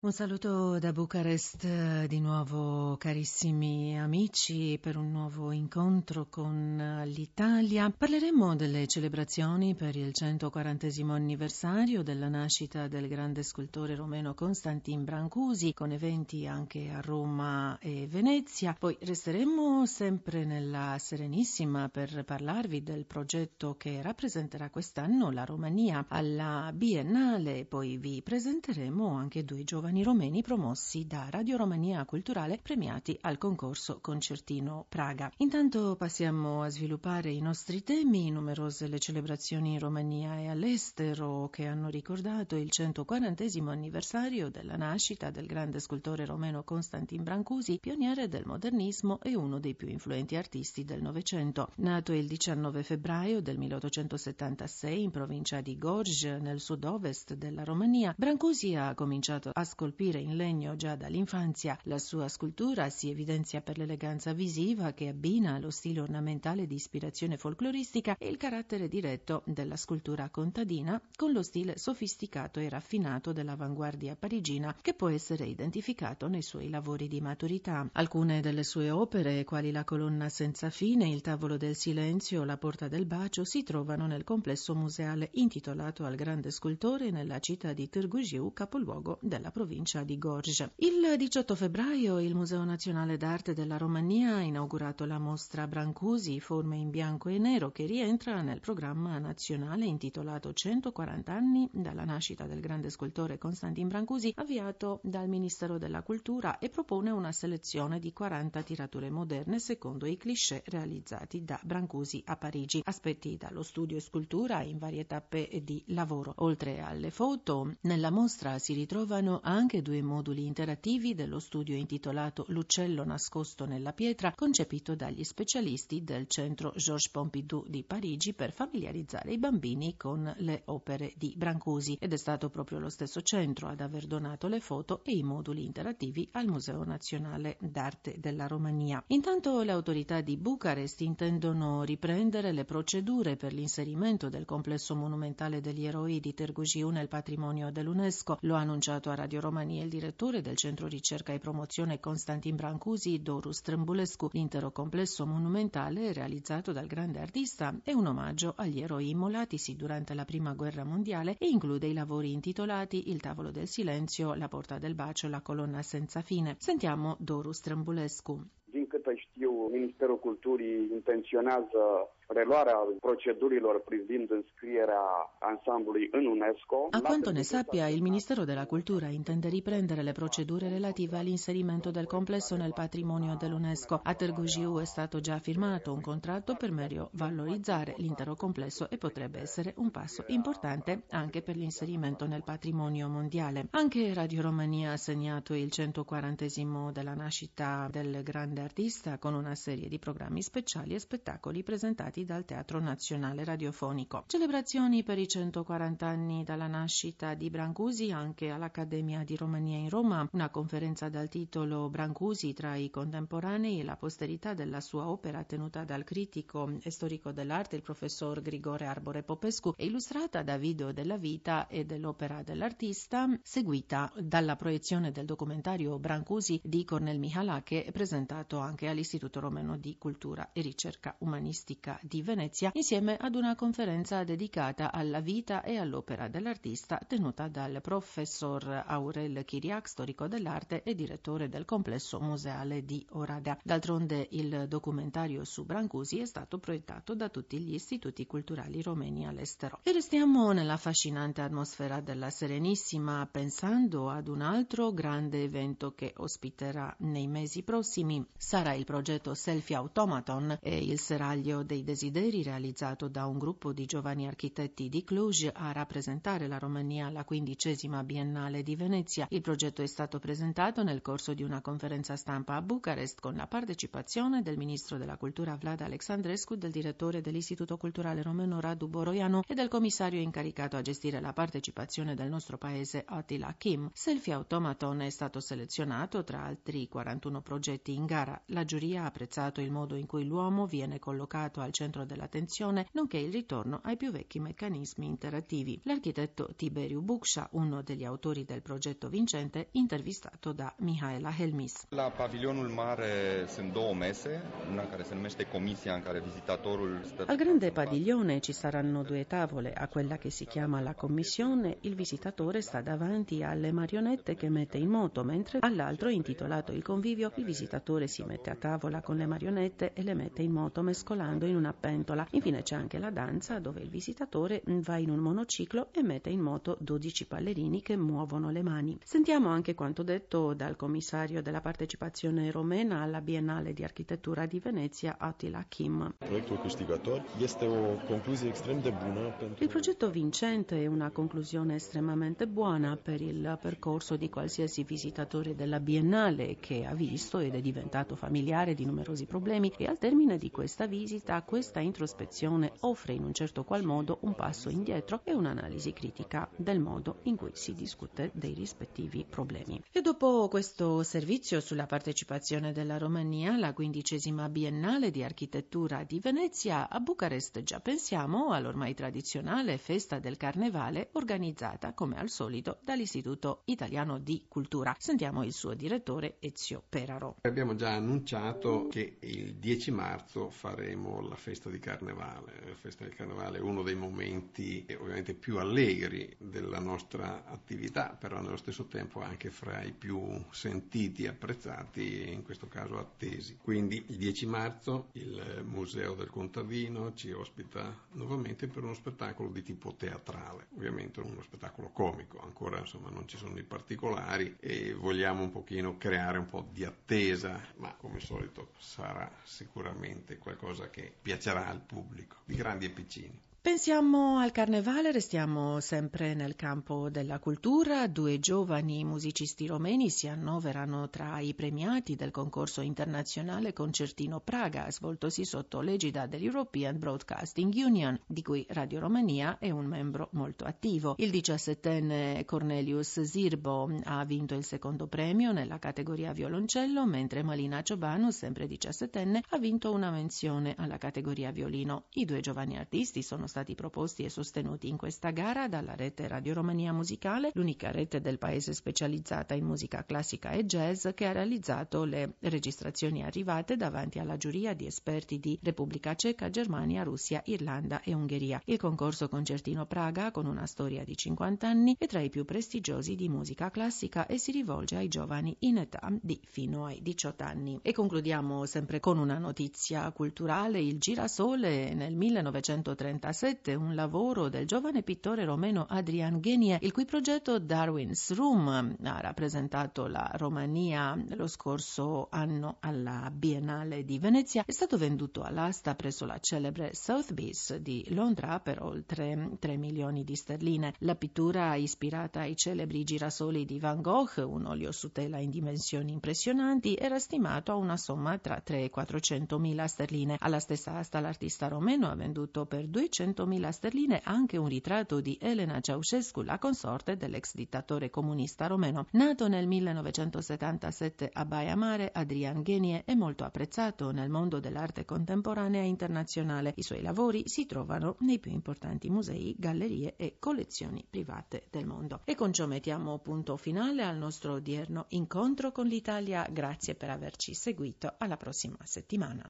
Un saluto da Bucarest di nuovo carissimi amici per un nuovo incontro con l'Italia. Parleremo delle celebrazioni per il 140° anniversario della nascita del grande scultore romeno Constantin Brancusi, con eventi anche a Roma e Venezia. Poi resteremo sempre nella Serenissima per parlarvi del progetto che rappresenterà quest'anno la Romania alla Biennale. Poi vi presenteremo anche due giovani romeni promossi da Radio Romania Culturale, premiati al concorso Concertino Praga. Intanto passiamo a sviluppare i nostri temi. Numerose le celebrazioni in Romania e all'estero che hanno ricordato il 140° anniversario della nascita del grande scultore romeno Constantin Brancusi, pioniere del modernismo e uno dei più influenti artisti del Novecento. Nato il 19 febbraio del 1876 in provincia di Gorj, nel sud-ovest della Romania, Brancusi ha cominciato a scolpire in legno già dall'infanzia. La sua scultura si evidenzia per l'eleganza visiva che abbina lo stile ornamentale di ispirazione folcloristica e il carattere diretto della scultura contadina con lo stile sofisticato e raffinato dell'avanguardia parigina che può essere identificato nei suoi lavori di maturità. Alcune delle sue opere, quali la colonna senza fine, il tavolo del silenzio, la porta del bacio, si trovano nel complesso museale intitolato al grande scultore nella città di Târgu Jiu, capoluogo della provincia di Gorj. Il 18 febbraio il Museo Nazionale d'Arte della Romania ha inaugurato la mostra Brancusi, forme in bianco e nero, che rientra nel programma nazionale intitolato 140 anni dalla nascita del grande scultore Constantin Brancusi, avviato dal Ministero della Cultura, e propone una selezione di 40 tirature moderne secondo i cliché realizzati da Brancusi a Parigi, aspetti dallo studio e scultura in varie tappe di lavoro. Oltre alle foto, nella mostra si ritrovano anche due moduli interattivi dello studio intitolato L'uccello nascosto nella pietra, concepito dagli specialisti del centro Georges Pompidou di Parigi per familiarizzare i bambini con le opere di Brancusi, ed è stato proprio lo stesso centro ad aver donato le foto e i moduli interattivi al Museo Nazionale d'Arte della Romania. Intanto le autorità di Bucarest intendono riprendere le procedure per l'inserimento del complesso monumentale degli eroi di Târgu Jiu nel patrimonio dell'UNESCO. Lo ha annunciato a Radio Romania il direttore del Centro Ricerca e Promozione Constantin Brancusi, Doru Strâmbulescu. L'intero complesso monumentale, realizzato dal grande artista, è un omaggio agli eroi immolatisi durante la Prima Guerra Mondiale e include i lavori intitolati Il tavolo del silenzio, La porta del bacio e La colonna senza fine. Sentiamo Doru Strâmbulescu. Din câte știu, Ministerul Culturii intenționează reluarea procedurilor privind înscrierea ansamblului în UNESCO. A quanto ne sappia, il Ministero della Cultura intende riprendere le procedure relative all'inserimento del complesso nel patrimonio dell'UNESCO. A Târgu Jiu è stato già firmato un contratto per meglio valorizzare l'intero complesso e potrebbe essere un passo importante anche per l'inserimento nel patrimonio mondiale. Anche Radio Romania ha segnato il 140° della nascita del grande artista con una serie di programmi speciali e spettacoli presentati dal Teatro Nazionale Radiofonico. Celebrazioni per i 140 anni dalla nascita di Brancusi anche all'Accademia di Romania in Roma, una conferenza dal titolo Brancusi tra i contemporanei e la posterità della sua opera, tenuta dal critico e storico dell'arte il professor Grigore Arbore Popescu e illustrata da video della vita e dell'opera dell'artista, seguita dalla proiezione del documentario Brancusi di Cornel Mihalache, presentato anche all'Istituto Romeno di Cultura e Ricerca Umanistica di Venezia, insieme ad una conferenza dedicata alla vita e all'opera dell'artista tenuta dal professor Aurel Chiriac, storico dell'arte e direttore del complesso museale di Oradea. D'altronde il documentario su Brancusi è stato proiettato da tutti gli istituti culturali romeni all'estero. E restiamo nella affascinante atmosfera della Serenissima pensando ad un altro grande evento che ospiterà nei mesi prossimi. Sarà il progetto Selfie Automaton e il seraglio dei desideri realizzato da un gruppo di giovani architetti di Cluj a rappresentare la Romania alla 15ª Biennale di Venezia. Il progetto è stato presentato nel corso di una conferenza stampa a Bucarest con la partecipazione del ministro della cultura Vlad Alexandrescu, del direttore dell'Istituto Culturale Romeno Radu Boroianu e del commissario incaricato a gestire la partecipazione del nostro paese Attila Kim. Selfie Automaton è stato selezionato tra altri 41 progetti in gara La giuria ha apprezzato il modo in cui l'uomo viene collocato al centro dell'attenzione, nonché il ritorno ai più vecchi meccanismi interattivi. L'architetto Tiberiu Buksha, uno degli autori del progetto vincente, intervistato da Mihaela Helmis. La pavilionul mare sunt două mese, una care se numește comisia în care vizitatorul stă. Al grande padiglione ci saranno 2 tavole, a quella che si chiama la commissione il visitatore sta davanti alle marionette che mette in moto, mentre all'altro, intitolato il convivio, il visitatore si mette a tavola con le marionette e le mette in moto mescolando in una pentola. Infine c'è anche la danza, dove il visitatore va in un monociclo e mette in moto 12 ballerini che muovono le mani. Sentiamo anche quanto detto dal commissario della partecipazione romena alla Biennale di Architettura di Venezia, Attila Kim. Proiectul câștigător este o concluzie extrem de bună pentru. Il progetto vincente è una conclusione estremamente buona per il percorso di qualsiasi visitatore della Biennale, che ha visto ed è diventato familiare di numerosi problemi, e al termine di questa visita questa introspezione offre in un certo qual modo un passo indietro e un'analisi critica del modo in cui si discute dei rispettivi problemi. E dopo questo servizio sulla partecipazione della Romania alla 15ª Biennale di Architettura di Venezia, a Bucarest già pensiamo all'ormai tradizionale festa del Carnevale organizzata come al solito dall'Istituto Italiano di Cultura. Sentiamo il suo direttore Ezio Peraro. Abbiamo già annunciato che il 10 marzo faremo la festa di Carnevale. La festa del Carnevale è uno dei momenti ovviamente più allegri della nostra attività, però nello stesso tempo anche fra i più sentiti, apprezzati e in questo caso attesi. Quindi il 10 marzo il Museo del Contadino ci ospita nuovamente per uno spettacolo di tipo teatrale, ovviamente uno spettacolo comico, ancora non ci sono i particolari e vogliamo un pochino creare un po' di attesa, ma come al solito sarà sicuramente qualcosa che piacerà al pubblico, di grandi e piccini. Pensiamo al Carnevale, restiamo sempre nel campo della cultura. 2 giovani musicisti romeni si annoverano tra i premiati del concorso internazionale Concertino Praga, svoltosi sotto l'egida dell'European Broadcasting Union, di cui Radio Romania è un membro molto attivo. Il 17enne Cornelius Zirbo ha vinto il secondo premio nella categoria violoncello, mentre Malina Ciobanu, sempre 17enne, ha vinto una menzione alla categoria violino. I 2 giovani artisti sono stati proposti e sostenuti in questa gara dalla rete Radio Romania Musicale, l'unica rete del paese specializzata in musica classica e jazz, che ha realizzato le registrazioni arrivate davanti alla giuria di esperti di Repubblica Ceca, Germania, Russia, Irlanda e Ungheria. Il concorso Concertino Praga, con una storia di 50 anni, è tra i più prestigiosi di musica classica e si rivolge ai giovani in età di fino ai 18 anni. E concludiamo sempre con una notizia culturale. Il Girasole nel 1936 un lavoro del giovane pittore romeno Adrian Ghenie, il cui progetto Darwin's Room ha rappresentato la Romania lo scorso anno alla Biennale di Venezia, è stato venduto all'asta presso la celebre Sotheby's di Londra per oltre 3 milioni di sterline. La pittura, ispirata ai celebri girasoli di Van Gogh, un olio su tela in dimensioni impressionanti, era stimato a una somma tra 3 e 400 mila sterline. Alla stessa asta l'artista romeno ha venduto per 200.000 sterline anche un ritratto di Elena Ceausescu, la consorte dell'ex dittatore comunista romeno. Nato nel 1977 a Baia Mare, Adrian Ghenie è molto apprezzato nel mondo dell'arte contemporanea internazionale. I suoi lavori si trovano nei più importanti musei, gallerie e collezioni private del mondo. E con ciò mettiamo punto finale al nostro odierno incontro con l'Italia. Grazie per averci seguito. Alla prossima settimana.